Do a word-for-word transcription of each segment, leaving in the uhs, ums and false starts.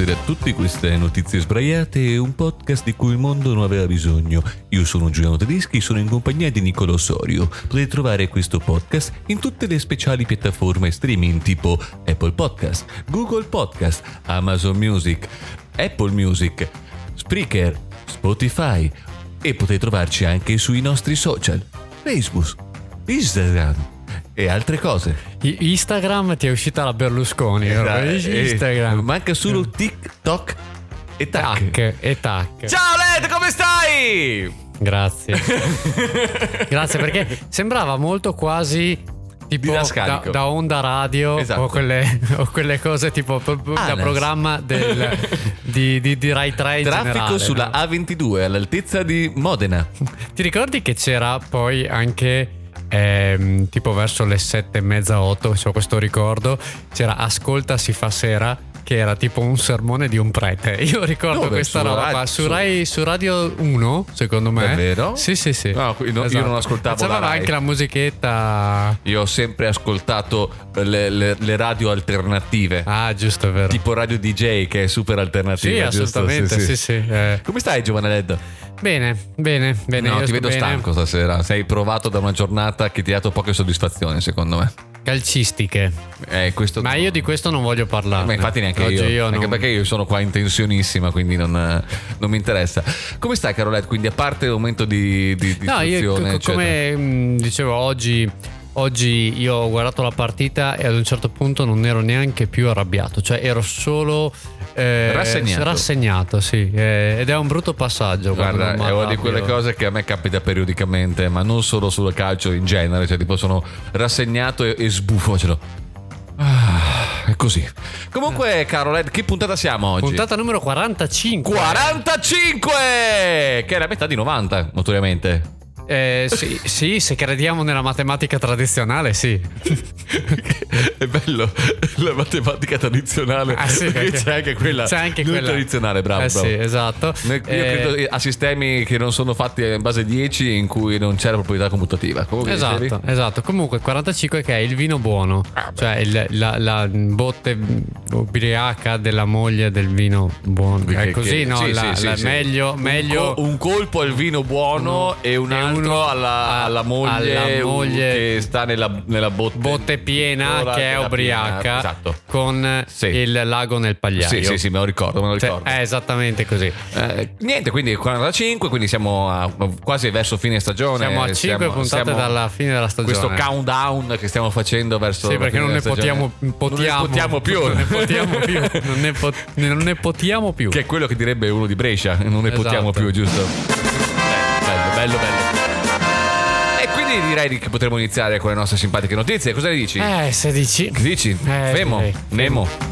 essere a tutte queste notizie sbraiate un podcast di cui il mondo non aveva bisogno. Io sono Giuliano Tedeschi, sono in compagnia di Nicola Osorio. Potete trovare questo podcast in tutte le speciali piattaforme streaming tipo Apple Podcast, Google Podcast, Amazon Music, Apple Music, Spreaker, Spotify e potete trovarci anche sui nostri social, Facebook, Instagram e altre cose. I- Instagram ti è uscita la Berlusconi. Esatto, Instagram. E manca solo TikTok e tac. Tac e tac. Ciao Led, come stai? Grazie. Grazie, perché sembrava molto quasi tipo da, da onda radio, esatto. o, quelle, o quelle cose tipo ah, da programma del, di, di, di Rai tre in Traffico generale, sulla no? A ventidue all'altezza di Modena. Ti ricordi che c'era poi anche ehm, tipo verso le sette e mezza, otto, c'ho questo ricordo, c'era Ascolta si fa sera, che era tipo un sermone di un prete. Io ricordo Dove? questa Su roba radio, qua su su... Rai, su Radio uno, secondo me. È vero? Sì, sì, sì. No, no, esatto. Io non ascoltavo C'aveva la Rai. anche la musichetta. Io ho sempre ascoltato le, le, le radio alternative. Ah, giusto, è vero. Tipo Radio D J, che è super alternativa. Sì, assolutamente, sì, sì. sì, sì. Eh. Come stai, giovane Led? Bene, bene, bene. No, io ti vedo bene. stanco stasera. Sei provato da una giornata che ti ha dato poche soddisfazioni, secondo me. Calcistiche. Eh, questo... Ma io di questo non voglio parlare. Ma infatti neanche Oggi io, io anche non... perché io sono qua in tensionissima, quindi non, non mi interessa. Come stai, Carolette? Quindi a parte il momento di, di, di no, io istruzione, co- come mh, dicevo oggi Oggi io ho guardato la partita e ad un certo punto non ero neanche più arrabbiato, cioè ero solo eh, rassegnato. rassegnato, sì, eh, ed è un brutto passaggio. Guarda, è una di quelle cose che a me capita periodicamente, ma non solo sul calcio in genere, cioè tipo sono rassegnato e, e sbuffo, ah, è così. Comunque, Carolette, che puntata siamo oggi? Puntata numero quarantacinque. quarantacinque! Che è la metà di novanta, notoriamente. Eh, sì, sì, se crediamo nella matematica tradizionale, sì. È bello la matematica tradizionale. Ah, sì, perché perché c'è anche quella, c'è anche non quella tradizionale, bravo, eh, bravo. Sì, esatto. Io eh, credo a sistemi che non sono fatti in base dieci, in cui non c'è la proprietà commutativa. Comunque esatto, dicevi? esatto. Comunque quarantacinque, che è il vino buono, ah, cioè il, la, la botte ubriaca della moglie del vino buono. Che, è così, che, no? Sì, la, sì, la sì, meglio, sì. meglio Un, col- un colpo al vino buono e un e altro uno alla, alla moglie, alla moglie che sta nella, nella botte, botte piena, che è ubriaca, piena, esatto. Con sì. il lago nel pagliaio. Sì, sì, sì, me lo ricordo, me lo ricordo. Cioè, è esattamente così. Eh, niente, quindi quarantacinque, quindi siamo a, quasi verso fine stagione. Siamo a cinque puntate siamo dalla fine della stagione. Questo countdown che stiamo facendo verso sì, perché non ne, potiamo, potiamo, non ne potiamo più. Non ne potiamo più. Non ne, pot, non ne potiamo più. Che è quello che direbbe uno di Brescia. Non ne esatto. potiamo più, giusto? Bello, bello, bello. E quindi direi che potremmo iniziare con le nostre simpatiche notizie. Cosa ne dici? Eh, se dici. Che dici? Eh, Femo, direi. Nemo.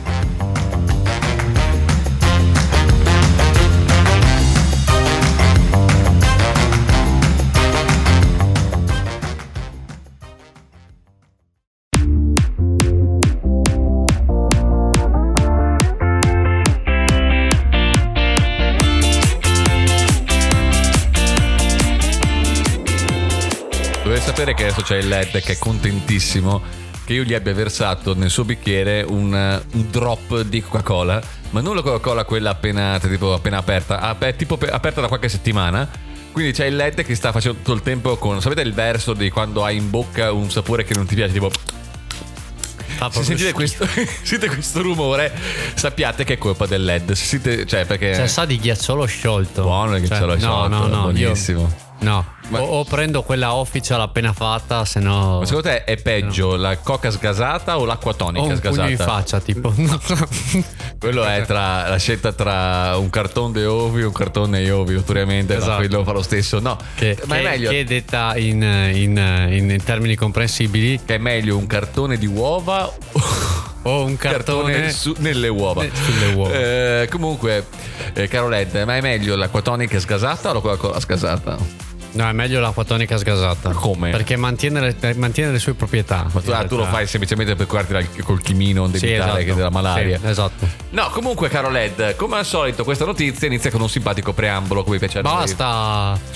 Dovete sapere che adesso c'è il Led che è contentissimo che io gli abbia versato nel suo bicchiere un, un drop di Coca-Cola, ma non la Coca-Cola quella appena, tipo, appena aperta, è tipo aperta da qualche settimana. Quindi c'è il Led che sta facendo tutto il tempo con, sapete il verso di quando hai in bocca un sapore che non ti piace, tipo ah, se sentite questo, sentite questo rumore, sappiate che è colpa del Led. Se sentite, cioè, perché cioè, sa di ghiacciolo sciolto. Buono il ghiacciolo cioè, sciolto, no, no, no, buonissimo. Io... No, ma... o, o prendo quella official appena fatta, se no. Ma secondo te è peggio no. la coca sgasata o l'acqua tonica o un sgasata? Pugno in faccia, tipo. Quello è tra la scelta tra un cartone di ovi e un cartone di ovi, notoriamente, esatto. No, quello fa lo stesso. No, che, ma che, è meglio. Che è detta in, in, in, in termini comprensibili. Che è meglio un cartone di uova o un cartone, cartone su, nelle uova. Ne, sulle uova. Eh, comunque, eh, Carolette, ma è meglio l'acqua tonica sgasata o la Coca-Cola sgasata? No, è meglio l'acqua tonica sgasata. Come? Perché mantiene le, mantiene le sue proprietà. Ma tu, ah, tu lo fai semplicemente per curarti col chimino da sì, evitare esatto. che della malaria. Sì, esatto. No, comunque, caro Led, come al solito, questa notizia inizia con un simpatico preambolo, come piace a noi. Basta.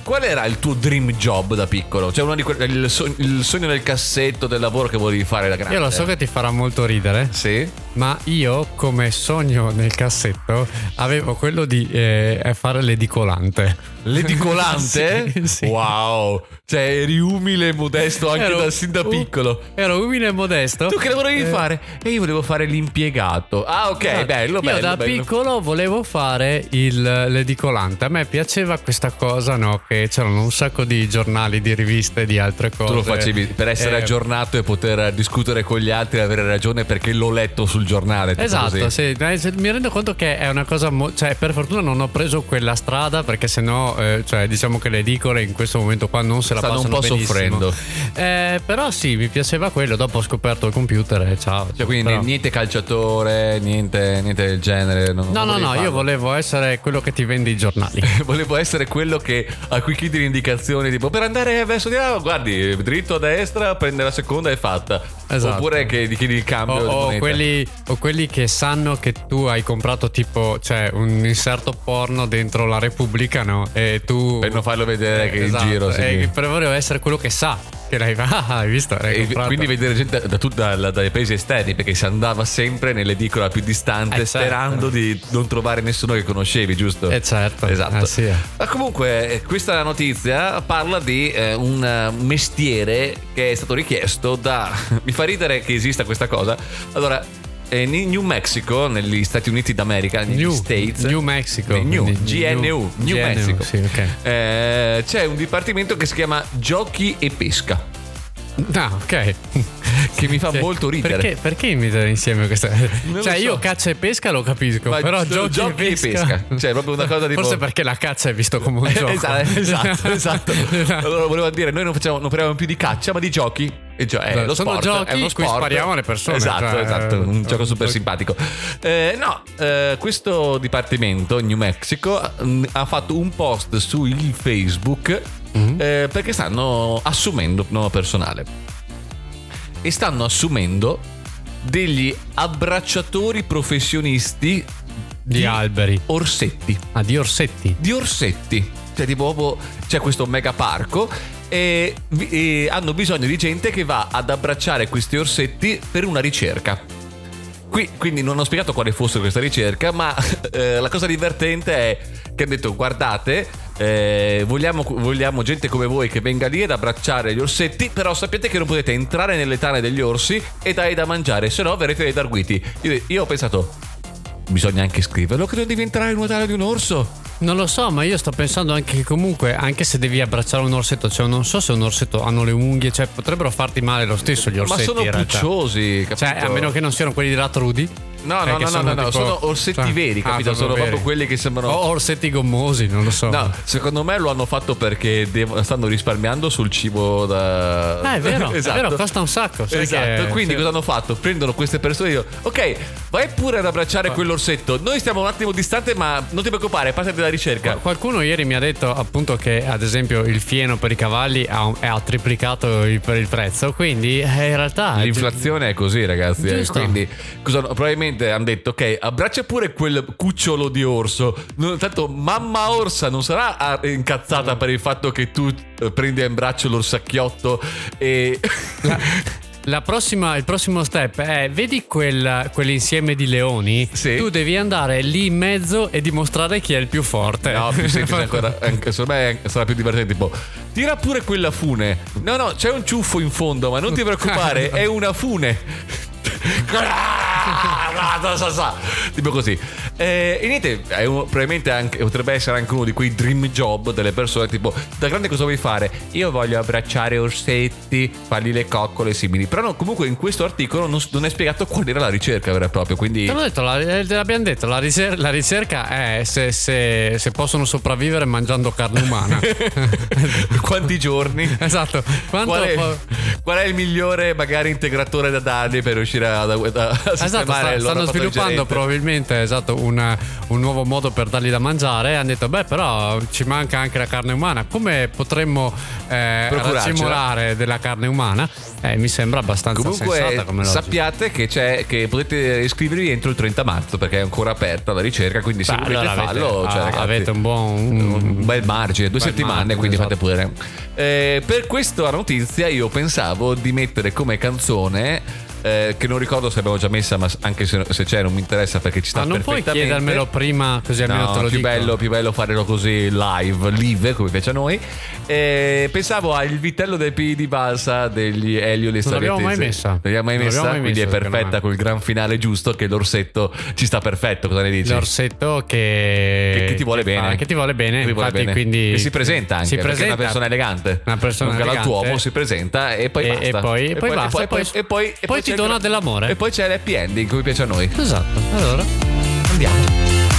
qual era il tuo dream job da piccolo? Cioè una di que- il, sogno, il sogno nel cassetto del lavoro che volevi fare da grande? Io lo so che ti farà molto ridere. Sì. Ma io come sogno nel cassetto avevo quello di eh, fare l'edicolante. L'edicolante? Sì, sì. Wow. Cioè eri umile e modesto anche Ero da, sin da um- piccolo. Ero umile e modesto. Tu che lavoro devi Eh, fare? E io volevo fare l'impiegato. Ah, ok, Esatto. bello, Io bello. da bello. piccolo volevo fare il, l'edicolante. A me piaceva questa cosa, no? Che c'erano un sacco di giornali, di riviste e di altre cose. Tu lo facevi per essere Eh, aggiornato e poter discutere con gli altri e avere ragione perché l'ho letto sul giornale. tipo Esatto, così. sì. Eh, se- mi rendo conto che è una cosa mo- cioè per fortuna non ho preso quella strada, perché sennò eh, cioè diciamo che le edicole in questo momento qua non se la Stanno un passano po' benissimo. soffrendo. Eh, però sì, mi piaceva quello. Dopo ho scoperto il computer e ciao. Cioè, quindi Però- niente calciatore, niente, niente del genere. Non, No, non no, volevi no, io farlo. volevo essere quello che ti vende i giornali. Volevo essere quello che a cui chiedi le indicazioni, tipo per andare verso di là, guardi, dritto a destra, prende la seconda e fatta. Esatto. Oppure che gli chiedi il O, cambio. di o moneta. quelli, o quelli che sanno che tu hai comprato tipo, cioè, un inserto porno dentro la Repubblica, no? E tu Per non farlo vedere che Esatto. in giro. sì. E per volevo essere quello che sa che l'hai ah, hai visto? L'hai E comprato. quindi vedere gente da tut- dal- dai paesi esterni, perché si andava sempre nell'edicola più distante, Eh, certo. sperando di non trovare nessuno che conoscevi, giusto? Eh, certo. Esatto. Eh, sì. Ma comunque eh, questa notizia parla di eh, un eh, mestiere che è stato richiesto da... Mi fa ridere che esista questa cosa. Allora, eh, in New Mexico, negli Stati Uniti d'America, negli New, States, New Mexico. New, quindi G N U, New G N U, Mexico. Sì, ok. eh, c'è un dipartimento che si chiama Giochi e Pesca, Ah, ok. che mi fa Sì. molto ridere. Perché, perché mettere insieme queste? Non Cioè, lo so. io caccia e pesca lo capisco, Ma però sono giochi, giochi e e pesca. pesca. Cioè, proprio una cosa tipo- Forse perché la caccia è visto come un gioco. esatto, esatto, esatto. Allora volevo dire, noi non facciamo, non parliamo più di caccia, ma di giochi. E gio- è lo Sono sport, giochi è uno in cui sport. spariamo alle persone, Esatto, cioè, esatto, un eh, gioco super eh, simpatico. Eh, no, eh, questo dipartimento New Mexico mh, ha fatto un post su il Facebook Mm-hmm. eh, perché stanno assumendo nuovo personale e stanno assumendo degli abbracciatori professionisti Di alberi. orsetti. Ah, di orsetti. Di orsetti. Cioè, tipo, proprio c'è questo mega parco e, e hanno bisogno di gente che va ad abbracciare questi orsetti per una ricerca. Qui, quindi non ho spiegato quale fosse questa ricerca, ma eh, la cosa divertente è che hanno detto: guardate, eh, vogliamo, vogliamo gente come voi che venga lì ad abbracciare gli orsetti, però sappiate che non potete entrare nelle tane degli orsi e dare da mangiare, se no verrete dei darguiti. Io, io ho pensato, bisogna anche scriverlo che non devi entrare in una tana di un orso. Non lo so, ma io sto pensando anche che comunque, anche se devi abbracciare un orsetto, cioè non so se un orsetto hanno le unghie, cioè potrebbero farti male lo stesso gli orsetti. Ma sono in realtà. pucciosi, capito? Cioè, a meno che non siano quelli di Latrudi. No, eh, no, che no, no, no, no, tipo- sono orsetti cioè- veri, Ah, capito? Sono veri. proprio quelli che sembrano... O orsetti gommosi, non lo so. No, secondo me lo hanno fatto perché devo- stanno risparmiando sul cibo da... Ah, è vero, esatto. è vero, costa un sacco. sai Esatto, che- quindi sì. cosa hanno fatto? Prendono queste persone e dicono: ok, vai pure ad abbracciare quell'orsetto. Noi stiamo un attimo distante, ma non ti preoccupare, passati dalla ricerca. Qual- Qualcuno ieri mi ha detto appunto che ad esempio il fieno per i cavalli ha, ha triplicato il, per il prezzo, quindi eh, in realtà L'inflazione è così, ragazzi. eh, Giusto. Quindi cosa, probabilmente hanno detto: ok, abbraccia pure quel cucciolo di orso. Non- tanto mamma orsa non sarà ah, incazzata per il fatto che tu eh, prendi in braccio l'orsacchiotto e... La, la prossima, il prossimo step è: vedi quel, quell'insieme di leoni? Sì. Tu devi andare lì in mezzo e dimostrare chi è il più forte. No, più semplice ancora. Anche, secondo me sarà più divertente. Tipo, tira pure quella fune. No, no, c'è un ciuffo in fondo, ma non ti preoccupare, è una fune. Tipo così. Eh, e niente, è un- probabilmente anche, potrebbe essere anche uno di quei dream job delle persone. Tipo, da grande cosa vuoi fare? Io voglio abbracciare orsetti, fargli le coccole simili. Però no, comunque in questo articolo non, non è spiegato qual era la ricerca vera e propria. Quindi Te l'ho detto, la- eh, te l'abbiamo detto, la, ricer- la ricerca è se, se- se possono sopravvivere mangiando carne umana. quanti giorni? Esatto. Quanto Qual è, po- qual è il migliore magari integratore da dargli per riuscire a, a, a Esatto, sistemare sta- il loro stanno rapporto sviluppando ingerente? probabilmente esatto, un, un nuovo modo per dargli da mangiare e hanno detto beh però ci manca anche la carne umana, come potremmo eh, racimolare della carne umana? Eh, mi sembra abbastanza Comunque, sensata come logica. sappiate che c'è che potete iscrivervi entro il trenta marzo perché è ancora aperta la ricerca, quindi se Beh, volete allora farlo avete, cioè, ah, ragazzi, avete un buon un, un bel margine, due bel settimane, margine, quindi esatto. fate pure. Eh, per questa notizia io pensavo di mettere come canzone eh, che non ricordo se abbiamo già messa, ma anche se, se c'è non mi interessa perché ci sta Ma non perfettamente. puoi chiedermelo prima così almeno No, te lo più dico. bello, più bello farlo così live, live come piace a noi. Eh, pensavo al vitello del P di Balsa degli Elio le Non l'abbiamo mai messa. Non l'abbiamo mai Non messa, l'abbiamo mai quindi messa, è perfetta secondo me. col gran finale giusto, che l'orsetto ci sta perfetto. Cosa ne dici? L'orsetto che, Che, che ti vuole che bene. fa- che ti vuole bene, Che ti vuole infatti, bene. quindi Che si presenta anche si perché presenta, è una persona elegante. una persona un elegante. galantuomo si presenta e poi E- basta. e poi- e poi basta, e poi, poi- e poi, e poi ti c'è dona il- dell'amore. E poi c'è l'happy ending come piace a noi. Esatto. Allora Andiamo.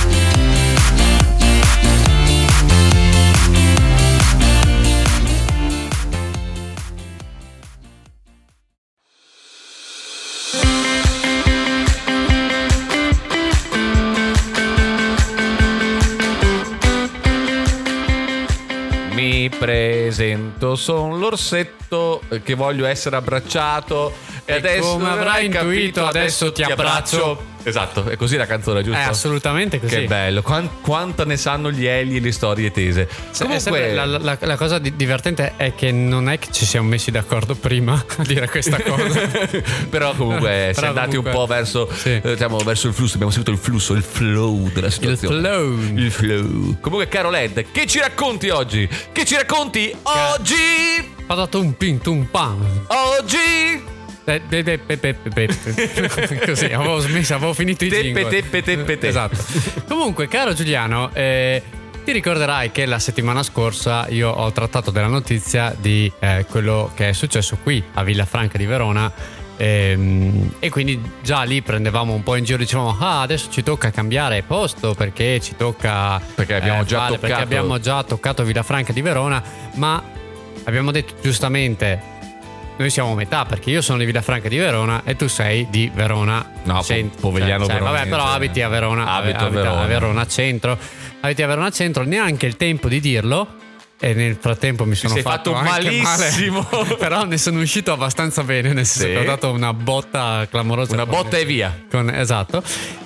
Mi presento, sono l'orsetto che voglio essere abbracciato e, E adesso come avrai capito, intuito, adesso ti abbraccio. Esatto, è così la canzone, giusto? è assolutamente così. Che bello, Quan- quanta ne sanno gli Eli e le storie tese. Se- è Comunque, sempre- la, la- la cosa di- divertente è che non è che ci siamo messi d'accordo prima a dire questa cosa. però comunque si è Però andati comunque- un po' verso, Sì. eh, diciamo, verso il flusso, abbiamo seguito il flusso, il flow della Il situazione. flow. Il flow. Comunque, caro Led, che ci racconti oggi? Che ci racconti oggi? Patatum pim tum pam. Oggi? Eh, be- be- be- be- be- be- Così avevo smesso, avevo finito i Teppe, jingle. teppe, teppe, te. Esatto. Comunque, caro Giuliano, eh, ti ricorderai che la settimana scorsa io ho trattato della notizia di eh, quello che è successo qui a Villafranca di Verona. Ehm, e quindi già lì prendevamo un po' in giro, dicevamo ah adesso ci tocca cambiare posto perché ci tocca Perché abbiamo già fare- toccato- perché abbiamo già toccato Villafranca di Verona, ma abbiamo detto giustamente noi siamo a metà perché io sono di Villafranca di Verona e tu sei di Verona. No, Cent- Po- Povegliano cioè, Veronese. vabbè, però abiti a Verona, Abito a abita Verona. a Verona centro, abiti a Verona centro, neanche il tempo di dirlo. E nel frattempo mi sono sei fatto, fatto anche malissimo. male, però ne sono uscito abbastanza bene, nel senso Sì. che ho dato una botta clamorosa. Una con- botta e via. con- esatto.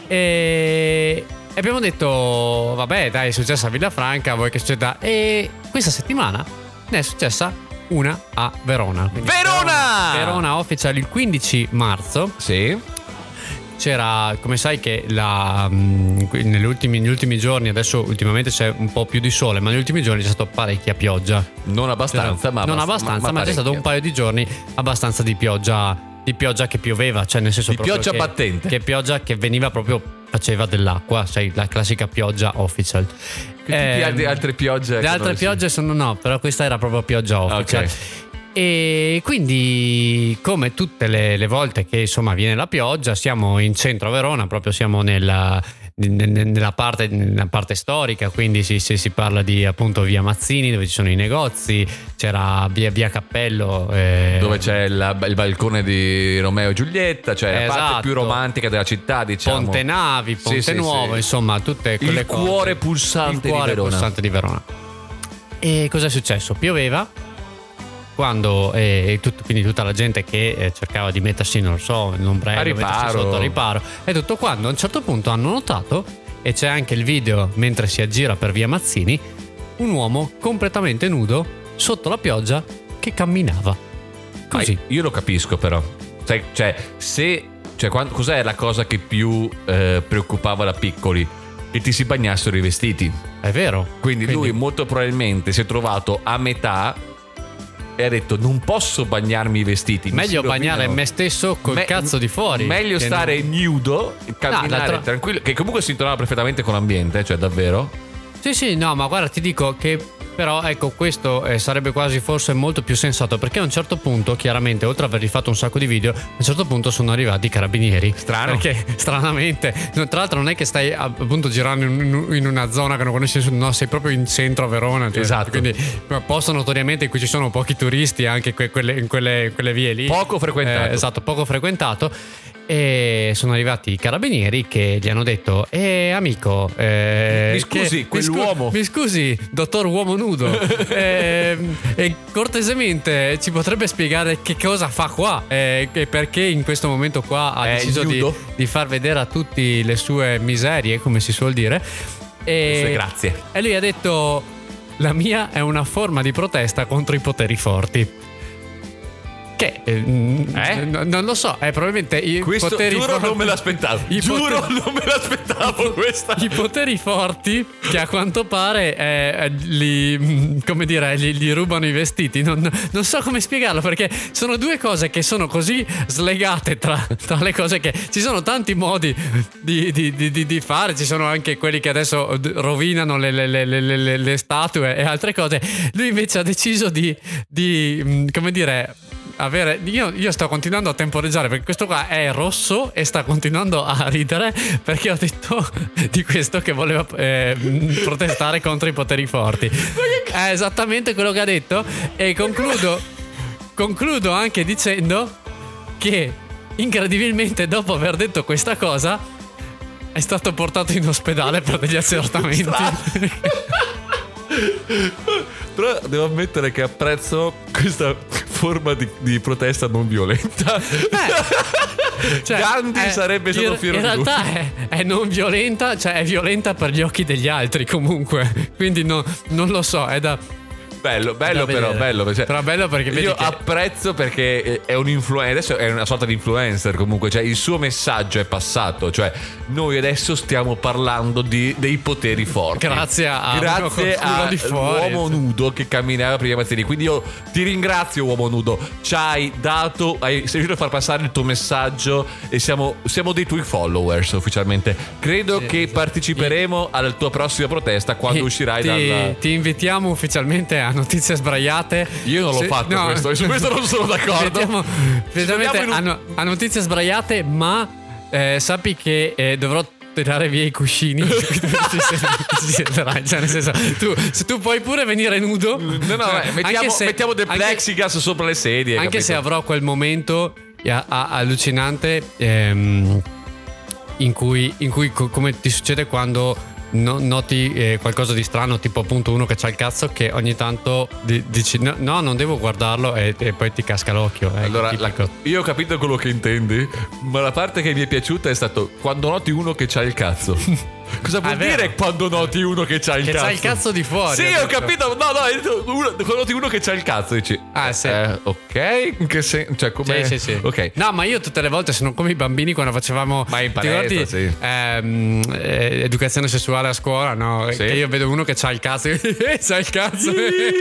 E e abbiamo detto vabbè dai, è successa a Villafranca, vuoi che succeda? E questa settimana ne è successa una a Verona. Quindi Verona! Verona official il quindici marzo. Sì. C'era, come sai che la, mh, negli, ultimi, negli ultimi giorni, adesso ultimamente c'è un po' più di sole, ma negli ultimi giorni c'è stata parecchia pioggia. Non abbastanza, ma non abbast- abbastanza, ma, c'è stato un paio di giorni abbastanza di pioggia, di pioggia che pioveva, cioè nel senso Di proprio pioggia che, battente. che pioggia che veniva proprio, faceva dell'acqua, sai, la classica pioggia official. Che tipi altre- altre piogge Le che altre non si- piogge sono no, però questa era proprio pioggia official. Ok. E quindi, come tutte le, le volte che insomma viene la pioggia, siamo in centro a Verona, proprio siamo nella, nella, parte, nella parte storica, quindi si, si, si parla di appunto via Mazzini dove ci sono i negozi, c'era via, via Cappello eh, dove c'è la- il balcone di Romeo e Giulietta, cioè la parte Esatto. più romantica della città, diciamo. Ponte Navi, Sì, Ponte sì, Nuovo, sì. insomma tutte quelle Il cose. cuore pulsante Il cuore di Verona. pulsante di Verona. E cosa è successo? Pioveva quando eh, tut- quindi tutta la gente che eh, cercava di mettersi, non lo so, in ombrello, A riparo. mettersi sotto a riparo, e tutto quando a un certo punto hanno notato, e c'è anche il video mentre si aggira per via Mazzini, un uomo completamente nudo sotto la pioggia che camminava così. Ma io lo capisco però. Sai, cioè, se cioè, quan- cos'è la cosa che più eh, preoccupava da piccoli? Che ti si bagnassero i vestiti. È vero. Quindi, lui molto probabilmente si è trovato a metà e ha detto non posso bagnarmi i vestiti. mi meglio si bagnare rovinano." me stesso col Me- cazzo di fuori. Meglio che stare non- nudo, camminare d'altro- tranquillo, che comunque si intonava perfettamente con l'ambiente, cioè davvero. Sì, sì, no, ma guarda, ti dico che però ecco questo eh, sarebbe quasi forse molto più sensato, perché a un certo punto, chiaramente, oltre ad avergli fatto un sacco di video, a un certo punto sono arrivati i carabinieri. Strano. Perché stranamente, no, tra l'altro non è che stai appunto girando in, in una zona che non conosci, no, sei proprio in centro a Verona. Cioè, Esatto. Quindi posto notoriamente in cui ci sono pochi turisti anche que- quelle, in, quelle, in quelle vie lì. Poco frequentato. Eh, esatto, poco frequentato. E sono arrivati i carabinieri che gli hanno detto: Eh amico, eh, mi scusi, che, quell'uomo mi, scu- mi scusi, dottor uomo nudo, eh, eh, cortesemente ci potrebbe spiegare che cosa fa qua eh, e perché in questo momento qua ha È deciso di, di far vedere a tutti le sue miserie, come si suol dire. E, grazie. E lui ha detto: la mia è una forma di protesta contro i poteri forti. Che eh, eh? n- non lo so, è probabilmente i questo poteri giuro forti, non me l'aspettavo. i Giuro poteri, non me l'aspettavo questa. I poteri forti che a quanto pare eh, li, come dire, gli, gli rubano i vestiti. Non, non so come spiegarlo, perché sono due cose che sono così slegate tra, tra le cose, che ci sono tanti modi di, di, di, di fare. Ci sono anche quelli che adesso rovinano le, le, le, le, le statue e altre cose. Lui invece ha deciso di, di come dire, avere, io, io sto continuando a temporeggiare perché questo qua è rosso e sta continuando a ridere perché ho detto di questo che voleva eh, protestare contro i poteri forti. È esattamente quello che ha detto. E concludo concludo anche dicendo che incredibilmente, dopo aver detto questa cosa, è stato portato in ospedale per degli accertamenti. Però devo ammettere che apprezzo questa forma di, di protesta non violenta. Eh, cioè, Gandhi è, sarebbe stato in, fiero in di lui. realtà è, è non violenta, cioè è violenta per gli occhi degli altri comunque. Quindi no, non lo so, è da... Bello, bello però, bello. Cioè, però bello perché vedi io che... apprezzo perché è un influencer, adesso è una sorta di influencer comunque, cioè il suo messaggio è passato, cioè noi adesso stiamo parlando di, dei poteri forti. Grazie a Grazie all'uomo nudo che camminava prima di Mazzini. Quindi io ti ringrazio, uomo nudo, ci hai dato, hai sei riuscito a far passare il tuo messaggio e siamo, siamo dei tuoi followers ufficialmente. Credo sì, che sì. parteciperemo sì. alla tua prossima protesta quando ti, uscirai ti, dal... Ti invitiamo ufficialmente a Notizie Sbraiate. Io non l'ho Se, fatto no, questo, su questo non sono d'accordo. Vediamo, veramente un... a, no, a Notizie Sbraiate, ma eh, sappi che eh, dovrò tirare via i cuscini. Cioè, nel senso, tu, se tu puoi pure venire nudo. No, no, eh, mettiamo, se, mettiamo del plexiglass anche, sopra le sedie. Anche capito? se avrò quel momento a, a, allucinante ehm, in cui, in cui co- come ti succede quando No, noti eh, qualcosa di strano, tipo appunto uno che c'ha il cazzo che ogni tanto di, dici no, no non devo guardarlo e, e poi ti casca l'occhio eh, allora la, io ho capito quello che intendi, ma la parte che mi è piaciuta è stato quando noti uno che c'ha il cazzo. Cosa vuol ah, dire vero? Quando noti uno che c'ha il che cazzo? Che c'ha il cazzo di fuori. Sì, ho capito. No, no, uno, quando noti uno che c'ha il cazzo dici ah, sì. Eh, ok. In che senso? Cioè, come? Sì, sì, sì. Ok. No, ma io tutte le volte sono come i bambini quando facevamo. Ma in palestra, ricordi, sì. ehm, eh, educazione sessuale a scuola, no? Sì. Che io vedo uno che c'ha il cazzo. c'ha il cazzo.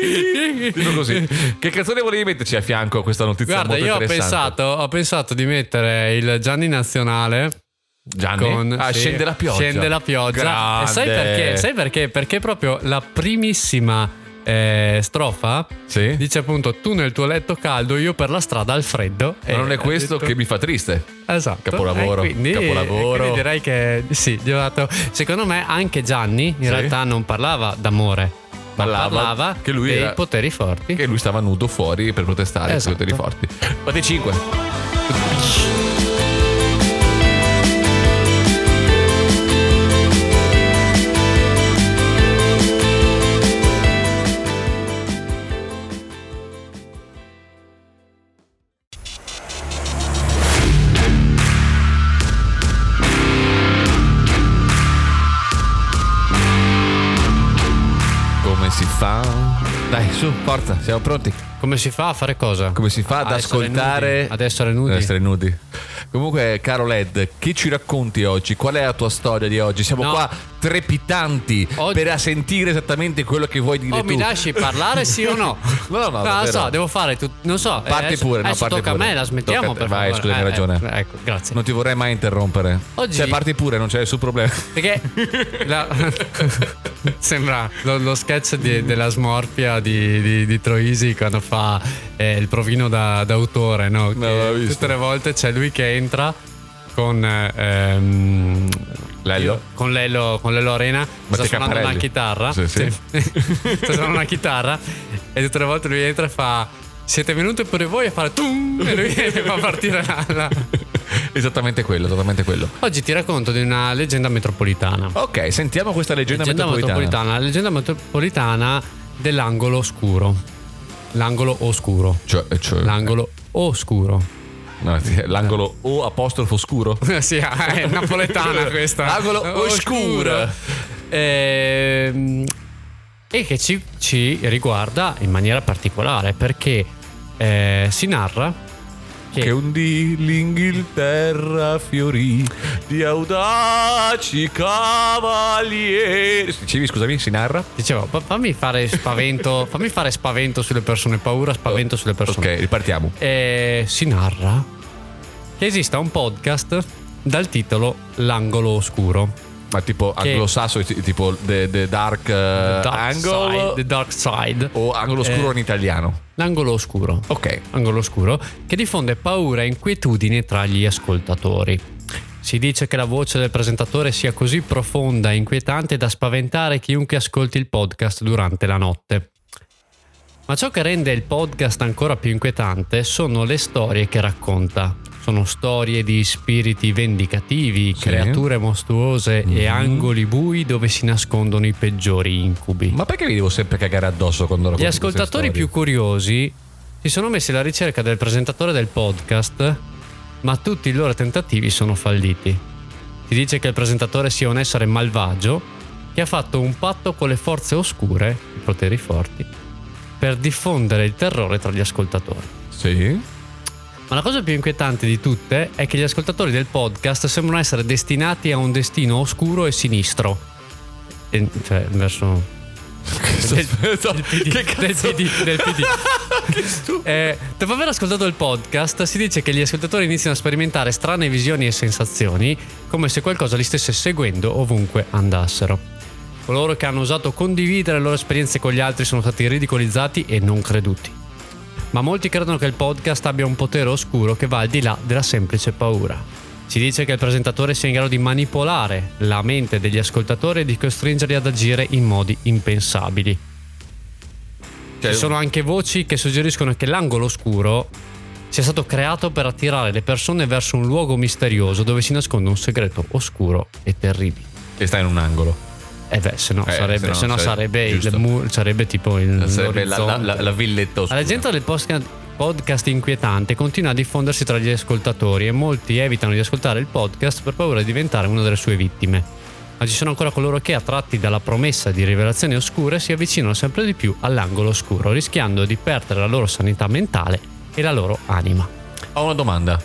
Dico così. Che canzone volevi metterci a fianco a questa notizia? Guarda, molto io ho interessante? pensato, ho pensato di mettere il Gianni Nazionale. Gianni? Con, ah, sì, scende la pioggia. Scende la pioggia. Grande. E sai perché? Sai perché? Perché proprio la primissima eh, strofa sì? dice appunto: tu nel tuo letto caldo, io per la strada al freddo. Ma non è questo detto... che mi fa triste. Esatto. Capolavoro. E quindi, Capolavoro. E quindi direi che sì, gli ho dato. Secondo me anche Gianni in sì. realtà non parlava d'amore. Parlava, parlava che lui dei era, poteri forti. Che lui stava nudo fuori per protestare esatto. i poteri forti. Fate cinque. Si fa? Dai, su, forza, siamo pronti. Come si fa a fare cosa? Come si fa ad, ad ascoltare? Ad essere nudi. Ad essere nudi. Comunque, caro Led, che ci racconti oggi? Qual è la tua storia di oggi? Siamo no. qua trepitanti oggi... per sentire esattamente quello che vuoi dire oh, tu. Mi lasci parlare, sì o no? no, no, no. No, non so, devo fare tu... Non so. Parti adesso, pure, no, adesso parti tocca pure. a me, la smettiamo per Vai, favore. scusa, hai eh, ragione. Eh, ecco, grazie. Non ti vorrei mai interrompere. Oggi... Cioè, parti pure, non c'è nessun problema. Perché la... sembra lo, lo sketch di, della smorfia di, di, di Troisi quando fa eh, il provino da, d'autore, no? no che tutte le volte c'è lui che entra con ehm, Lello con Lello con Lello Arena, sta suonando una chitarra sì, sì. sta suonando una chitarra e tutte le volte lui entra e fa: siete venuti pure voi a fare tum e lui fa partire la, la... Esattamente quello, esattamente quello. Oggi ti racconto di una leggenda metropolitana. Ok, sentiamo questa leggenda, leggenda metropolitana. metropolitana. La leggenda metropolitana dell'angolo oscuro. L'angolo oscuro. Cioè, cioè L'angolo oscuro. no, l'angolo O apostrofo scuro. Sì, è napoletana questa. L'angolo oscuro. Ehm, E che ci, ci riguarda in maniera particolare perché eh, si narra che, Che un dì l'Inghilterra fiorì di audaci cavalieri. Dicevi, scusami, si narra? dicevo, fa- fammi fare spavento, fammi fare spavento sulle persone, paura, spavento sulle persone. Ok, ripartiamo. E si narra che esista un podcast dal titolo L'angolo oscuro. Ma tipo Che- anglosassone, ti- tipo The, the Dark, uh, The Dark Angle Side, The Dark Side. o Angolo Oscuro Eh, in italiano? L'angolo oscuro. Ok. Angolo oscuro, che diffonde paura e inquietudine tra gli ascoltatori. Si dice che la voce del presentatore sia così profonda e inquietante da spaventare chiunque ascolti il podcast durante la notte. Ma ciò che rende il podcast ancora più inquietante sono le storie che racconta. Sono storie di spiriti vendicativi, Sì. creature mostruose e Mhm. angoli bui dove si nascondono i peggiori incubi. Ma perché vi devo sempre cagare addosso quando Gli racconto queste ascoltatori storie? più curiosi si sono messi alla ricerca del presentatore del podcast, ma tutti i loro tentativi sono falliti. Si dice che il presentatore sia un essere malvagio che ha fatto un patto con le forze oscure, i poteri forti, per diffondere il terrore tra gli ascoltatori. Sì. Ma la cosa più inquietante di tutte è che gli ascoltatori del podcast sembrano essere destinati a un destino oscuro e sinistro. E, cioè, verso del, del P D, Che del cazzo? P D, del P D. Che stupido. Eh, dopo aver ascoltato il podcast, si dice che gli ascoltatori iniziano a sperimentare strane visioni e sensazioni, come se qualcosa li stesse seguendo ovunque andassero. Coloro che hanno osato condividere le loro esperienze con gli altri sono stati ridicolizzati e non creduti. Ma molti credono che il podcast abbia un potere oscuro che va al di là della semplice paura. Si dice che il presentatore sia in grado di manipolare la mente degli ascoltatori e di costringerli ad agire in modi impensabili. Cioè, Ci sono anche voci che suggeriscono che l'angolo oscuro sia stato creato per attirare le persone verso un luogo misterioso dove si nasconde un segreto oscuro e terribile. E sta in un angolo. Eh beh, se no Eh, sarebbe, se no se no sarebbe- sarebbe, il giusto. mu- sarebbe tipo il Sarebbe la, la, l'orizzonte. la, la villetta oscura. La leggenda del podcast, podcast inquietante continua a diffondersi tra gli ascoltatori e molti evitano di ascoltare il podcast per paura di diventare una delle sue vittime. Ma ci sono ancora coloro che, attratti dalla promessa di rivelazioni oscure, si avvicinano sempre di più all'angolo oscuro, rischiando di perdere la loro sanità mentale e la loro anima. Ho una domanda.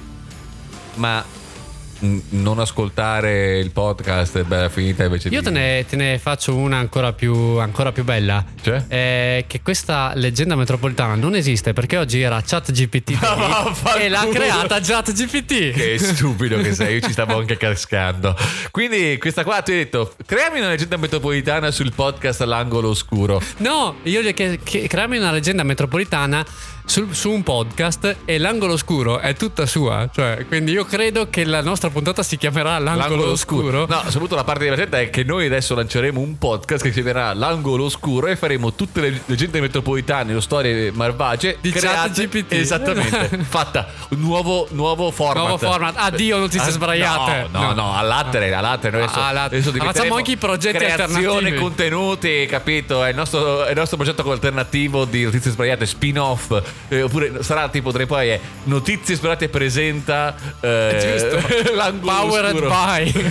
Ma n- non ascoltare il podcast è bella finita invece Io di... te ne, te ne faccio una ancora più, ancora più bella. Cioè? Eh, che questa leggenda metropolitana non esiste perché oggi era ChatGPT vaffanculo. e l'ha creata ChatGPT. Che stupido che sei, io ci stavo anche cascando. Quindi questa qua ti ho detto, creami una leggenda metropolitana sul podcast all'angolo oscuro. No, io gli ho chiesto che crearmi una leggenda metropolitana su, su un podcast e l'angolo oscuro è tutta sua. Cioè, quindi io credo che la nostra puntata si chiamerà L'angolo oscuro. No, soprattutto la parte divertente è che noi adesso lanceremo un podcast che si chiamerà L'angolo oscuro e faremo tutte le leggende metropolitane o storie malvagie Di create- ChatGPT. Esattamente. Fatta un nuovo, nuovo format. Nuovo format. Addio notizie Ah, sbagliate. No, no, no, all'attere, all'attere. Noi adesso, Ah, all'attere. adesso Ma diventeremo facciamo anche i progetti creazione, alternativi. contenuti, capito? È il nostro, è il nostro progetto alternativo di notizie sbagliate, spin-off. Eh, oppure sarà tipo tre poi è Notizie sbagliate presenta eh, Giusto. l'angolo Powered oscuro. by.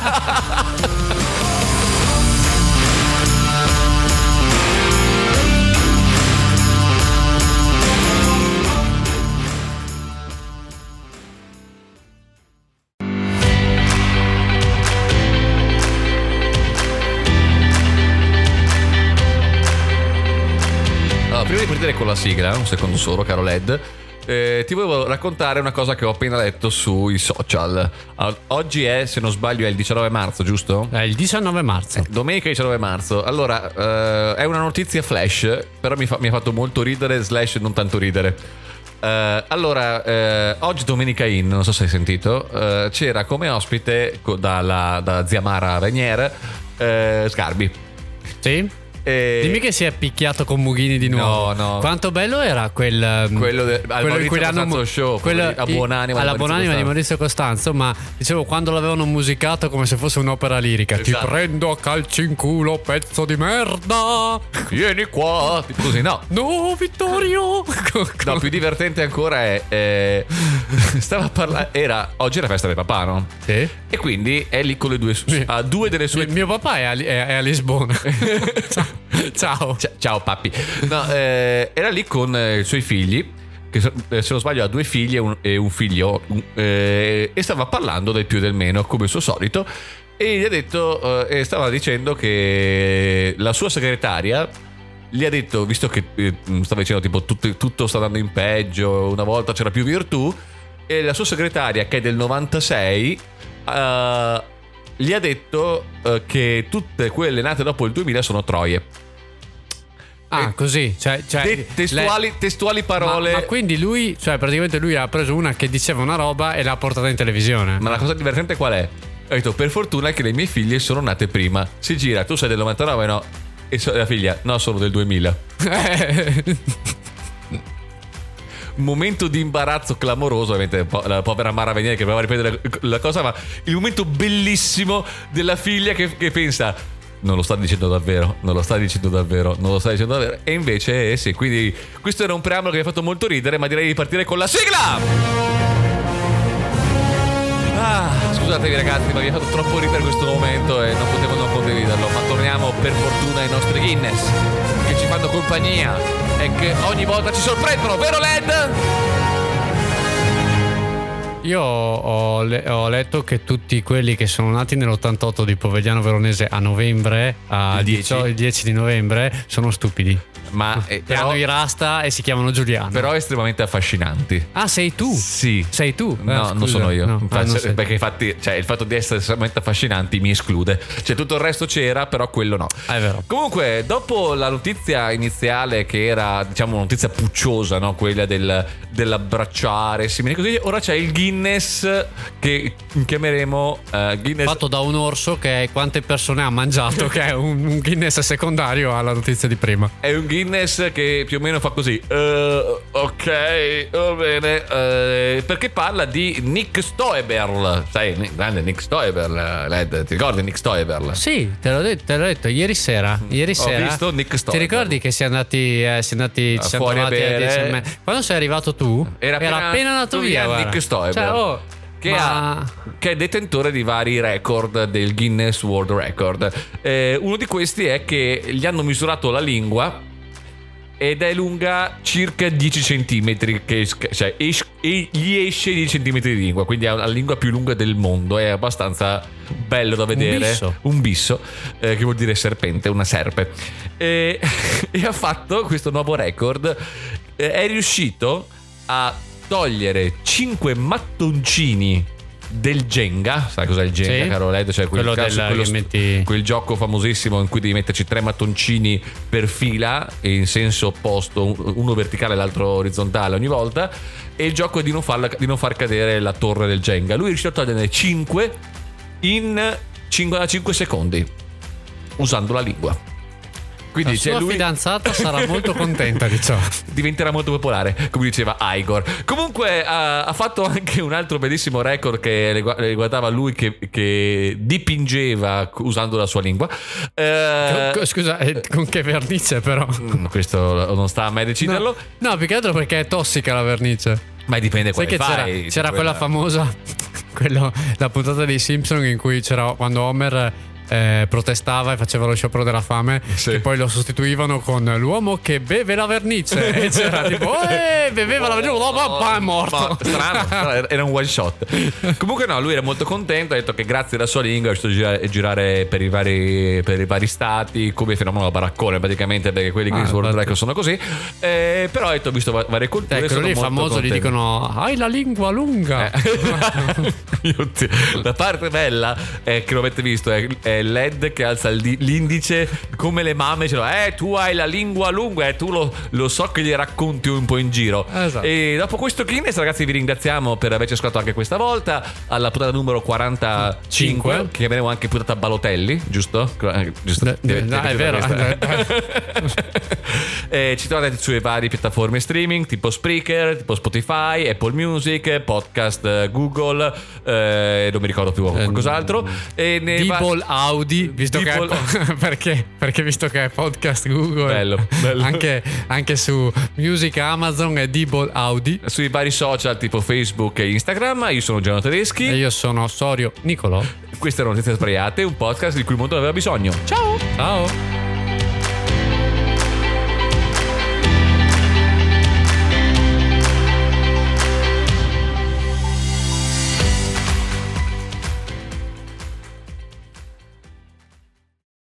Allora, prima di partire con la sigla, un secondo solo, caro Led, eh, ti volevo raccontare una cosa che ho appena letto sui social. Allora, oggi è, se non sbaglio, è il diciannove marzo, giusto? È il diciannove marzo. Domenica diciannove marzo. Allora, eh, è una notizia flash, però mi, fa- mi ha fatto molto ridere, slash non tanto ridere. Eh, allora, eh, oggi Domenica In, non so se hai sentito, eh, c'era come ospite co- dalla, da zia Mara Venier, eh, Sgarbi. Sì? E... Dimmi che si è picchiato con Mughini di nuovo. No, no. Quanto bello era quel quello, de, al quello in cui l'hanno Costanzo show, quello a Buonanima, alla Buonanima di Maurizio Costanzo, ma dicevo quando l'avevano musicato come se fosse un'opera lirica. Esatto. Ti prendo a calci in culo, pezzo di merda. Vieni qua. Tipo così, no. No, Vittorio. No, più divertente ancora è eh, stava parlando. Era oggi è la festa del papà, no? Sì. E quindi è lì con le due sì. ha due delle sue. Mio papà è a, è, è a Lisbona. Ciao. Ciao. C- ciao papi. No, eh, era lì con eh, i suoi figli, che se non sbaglio ha due figlie e un, e un figlio, eh, e stava parlando del più e del meno come il suo solito, e gli ha detto eh, e stava dicendo che la sua segretaria gli ha detto, visto che eh, stava dicendo tipo tutto, tutto sta andando in peggio, una volta c'era più virtù, e la sua segretaria, che è del novantasei, uh, gli ha detto uh, che tutte quelle nate dopo il duemila sono troie. Ah, e così, cioè, cioè de- testuali, le... testuali parole. Ma, ma quindi lui, cioè praticamente lui ha preso una che diceva una roba e l'ha portata in televisione. Ma la cosa divertente qual è? Ha detto, per fortuna che le mie figlie sono nate prima. Si gira, tu sei del novantanove, no? E so- la figlia, no, sono del duemila. Momento di imbarazzo clamoroso, ovviamente la povera Mara Venier che voleva ripetere la cosa, ma il momento bellissimo della figlia che, che pensa, non lo sta dicendo davvero, non lo sta dicendo davvero, non lo sta dicendo davvero, e invece eh, sì, quindi questo era un preambolo che mi ha fatto molto ridere, ma direi di partire con la sigla. Ah, scusatevi ragazzi, ma mi ha fatto troppo ridere questo momento e non potevo non condividerlo, ma torniamo per fortuna ai nostri Guinness che ci fanno compagnia e che ogni volta ci sorprendono, vero Led? Io ho, le- ho letto che tutti quelli che sono nati nell'ottantotto di Povegliano Veronese a novembre, a il dieci. diciotto il dieci di novembre, sono stupidi. Ma eh, Che però, hanno i rasta e si chiamano Giuliano. però estremamente affascinanti. Ah, sei tu? Sì. Sei tu? No, Eh, non scusa. sono io. No. Infatti, Ah, non sei. perché infatti, cioè, il fatto di essere estremamente affascinanti mi esclude. Cioè, tutto il resto c'era, però quello no. Ah, è vero. Comunque, dopo la notizia iniziale, che era, diciamo, una notizia pucciosa, no? Quella del, dell'abbracciare, simili così, ora c'è il Guinness che chiameremo uh, Guinness. Fatto da un orso che quante persone ha mangiato, che è un, un Guinness secondario alla notizia di prima. È un Guinness che più o meno fa così. Uh, ok, va bene. Uh, perché parla di Nick Stoeberl. Sai, grande Nick Stoeberl. Led, ti ricordi Nick Stoeberl? Sì, te l'ho detto, te l'ho detto ieri sera. Ieri Ho sera. visto Nick Stoeberl. Ti ricordi che si è andati, eh, si è andati, ci siamo Fuori a trovati alle bere. dieci e mezza? Quando sei arrivato tu, Era appena, appena andato via. Nick guarda. Stoeberl. Cioè, oh, Che, ma... ha, che è detentore di vari record del Guinness World Record. Eh, uno di questi è che gli hanno misurato la lingua ed è lunga circa dieci centimetri, che cioè es- e gli esce dieci centimetri di lingua, quindi ha la lingua più lunga del mondo. È abbastanza bello da vedere. Un bisso, un bisso eh, che vuol dire serpente, una serpe. E, e ha fatto questo nuovo record. Eh, è riuscito a togliere cinque mattoncini del Jenga. Sai cos'è il Jenga, sì, caro Led? Cioè quel, quello caso, del, quello che st- metti... quel gioco famosissimo in cui devi metterci tre mattoncini per fila in senso opposto, uno verticale e l'altro orizzontale ogni volta, e il gioco è di non, farla, di non far cadere la torre del Jenga. Lui è riuscito a toglierne cinque in cinque secondi usando la lingua. Quindi la sua cioè, lui... fidanzata sarà molto contenta di ciò. Diventerà molto popolare, come diceva Igor. Comunque ha, ha fatto anche un altro bellissimo record che riguardava lui che, che dipingeva usando la sua lingua. Eh, Scusa, con che vernice però? Questo non sta a me deciderlo. No, no, più che altro perché è tossica la vernice. Ma dipende quale Sai che fai. c'era, c'era quella famosa, quello, la puntata dei Simpson in cui c'era quando Homer eh, protestava e faceva lo sciopero della fame, sì. che poi lo sostituivano con l'uomo che beve la vernice e c'era tipo eh, beveva la vernice, oh, papà è morto. Ma, strano, era un one shot. Comunque no, lui era molto contento, ha detto che grazie alla sua lingua è riuscito a girare, girare per, i vari, per i vari stati come fenomeno baraccone praticamente, perché quelli che ah, sono World Record sono così, eh, però ha detto ho visto varie culture. Ecco, lì è famoso, contento. Gli dicono hai la lingua lunga. Eh. La parte bella è che lo avete visto è, è è Led che alza il di- l'indice come le mamme, dicendo eh tu hai la lingua lunga e tu lo, lo so che gli racconti un po' in giro. Esatto. E dopo questo Guinness, ragazzi, vi ringraziamo per averci ascoltato anche questa volta alla puntata numero quarantacinque, Cinque. che chiameremo anche puntata Balotelli, giusto? Giusto? No, Deve- no, deve- è vero. Eh, ci trovate sulle varie piattaforme streaming tipo Spreaker, tipo Spotify, Apple Music, podcast, eh, Google, eh, non mi ricordo più qualcos'altro. E ne va- Dibble Audi, visto Dibble- che è po- perché? Perché visto che è podcast Google, Bello, bello. Anche, anche su Music Amazon è Dibble Audi. sui vari social tipo Facebook e Instagram. Io sono Gianno Tedeschi. E io sono Sorio Nicolò. Queste erano Notizie Sbagliate, un podcast di cui il mondo aveva bisogno. Ciao! Ciao!